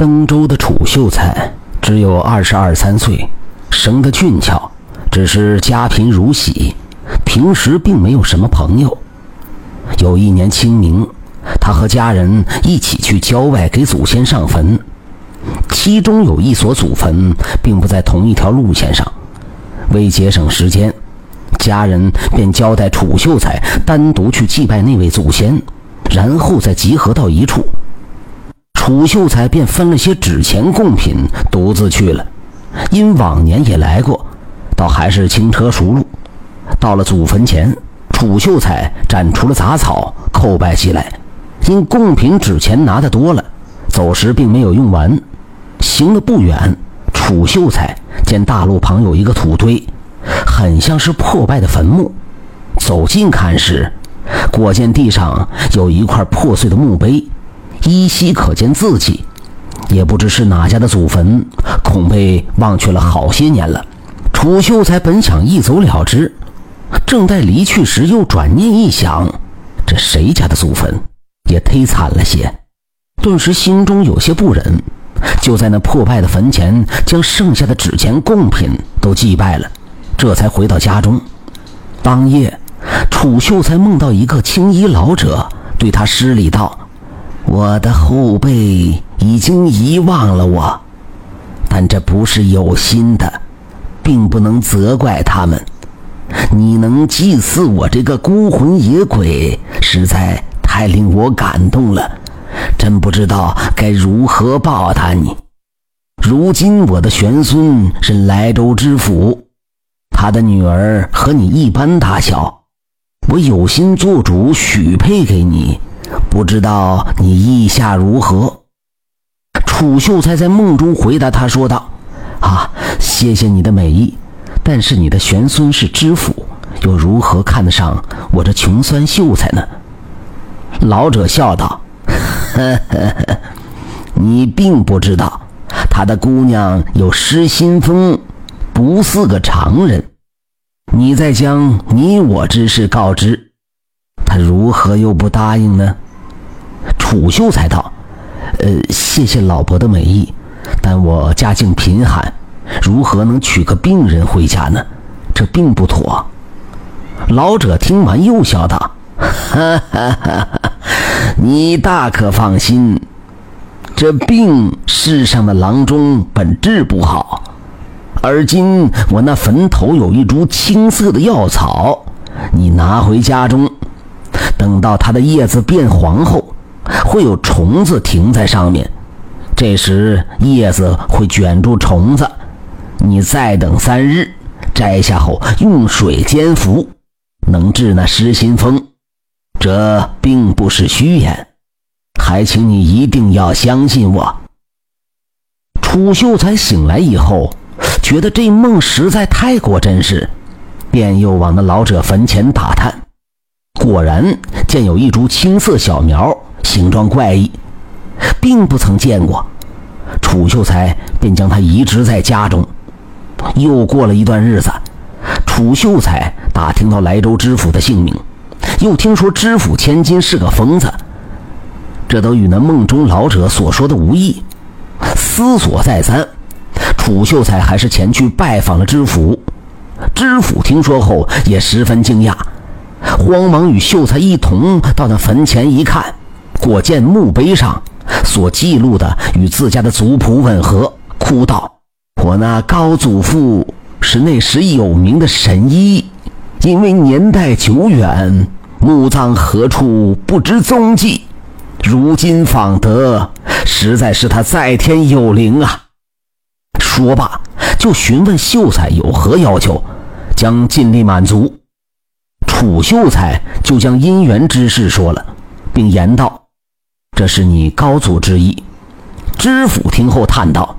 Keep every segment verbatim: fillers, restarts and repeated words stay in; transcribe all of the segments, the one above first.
登州的楚秀才只有二十二三岁，生得俊俏，只是家贫如洗，平时并没有什么朋友。有一年清明，他和家人一起去郊外给祖先上坟，其中有一所祖坟并不在同一条路线上。为节省时间，家人便交代楚秀才单独去祭拜那位祖先，然后再集合到一处。楚秀才便分了些纸钱贡品，独自去了。因往年也来过，倒还是轻车熟路。到了祖坟前，楚秀才斩除了杂草，叩拜起来。因贡品纸钱拿得多了，走时并没有用完。行了不远，楚秀才见大路旁有一个土堆，很像是破败的坟墓。走近看时，果见地上有一块破碎的墓碑，依稀可见字迹，也不知是哪家的祖坟，恐被忘却了好些年了。楚秀才本想一走了之，正待离去时，又转念一想，这谁家的祖坟也忒惨了些，顿时心中有些不忍，就在那破败的坟前将剩下的纸钱贡品都祭拜了，这才回到家中。当夜，楚秀才梦到一个青衣老者，对他施礼道：我的后辈已经遗忘了我，但这不是有心的，并不能责怪他们。你能祭祀我这个孤魂野鬼，实在太令我感动了，真不知道该如何报答你。如今我的玄孙是莱州知府，他的女儿和你一般大小，我有心做主许配给你，不知道你意下如何？楚秀才在梦中回答他说道：啊，谢谢你的美意，但是你的玄孙是知府，又如何看得上我这穷酸秀才呢？老者笑道：呵呵呵，你并不知道，他的姑娘有失心疯，不似个常人。你再将你我之事告知，他如何又不答应呢？楚秀才道：呃，谢谢老伯的美意，但我家境贫寒，如何能娶个病人回家呢？这并不妥。老者听完又笑道：哈哈哈哈，你大可放心，这病世上的郎中本治不好，而今我那坟头有一株青色的药草，你拿回家中，等到它的叶子变黄后，会有虫子停在上面，这时叶子会卷住虫子，你再等三日，摘下后用水煎服，能治那失心疯。这并不是虚言，还请你一定要相信我。楚秀才醒来以后，觉得这梦实在太过真实，便又往那老者坟前打探，果然见有一株青色小苗，形状怪异，并不曾见过。楚秀才便将它移植在家中。又过了一段日子，楚秀才打听到莱州知府的姓名，又听说知府千金是个疯子，这都与那梦中老者所说的无异。思索再三，楚秀才还是前去拜访了知府。知府听说后也十分惊讶，慌忙与秀才一同到那坟前一看，果见墓碑上所记录的与自家的族谱吻合，哭道：我那高祖父是那时有名的神医，因为年代久远，墓葬何处不知踪迹，如今访得，实在是他在天有灵啊。说罢就询问秀才有何要求，将尽力满足。楚秀才就将姻缘之事说了，并言道：这是你高祖之意。知府听后叹道：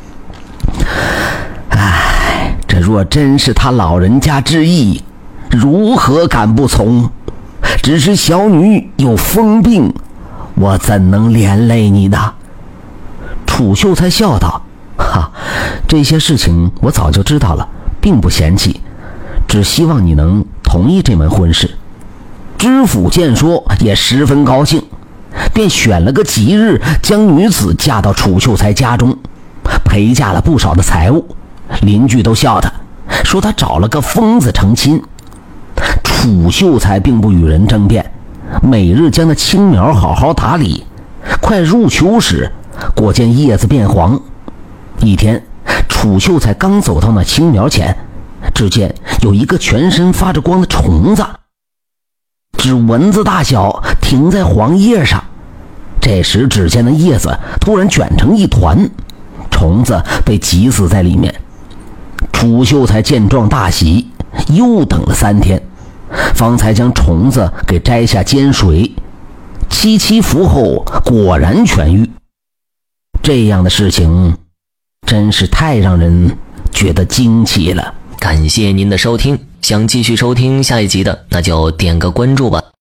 唉，这若真是他老人家之意，如何敢不从？只是小女有疯病，我怎能连累你呢？楚秀才笑道：哈，这些事情我早就知道了，并不嫌弃，只希望你能同意这门婚事。知府见说也十分高兴， 便选了个吉日，将女子嫁到楚秀才家中，陪嫁了不少的财物。邻居都笑他，说他找了个疯子成亲。楚秀才并不与人争辩，每日将那青苗好好打理。快入秋时，果见叶子变黄。一天，楚秀才刚走到那青苗前，只见有一个全身发着光的虫子，只蚊子大小，停在黄叶上。这时只见那叶子突然卷成一团，虫子被挤死在里面。楚秀才见状大喜，又等了三天，方才将虫子给摘下煎水，七七服后，果然痊愈。这样的事情真是太让人觉得惊奇了。 感谢您的收听，想继续收听下一集的，那就点个关注吧。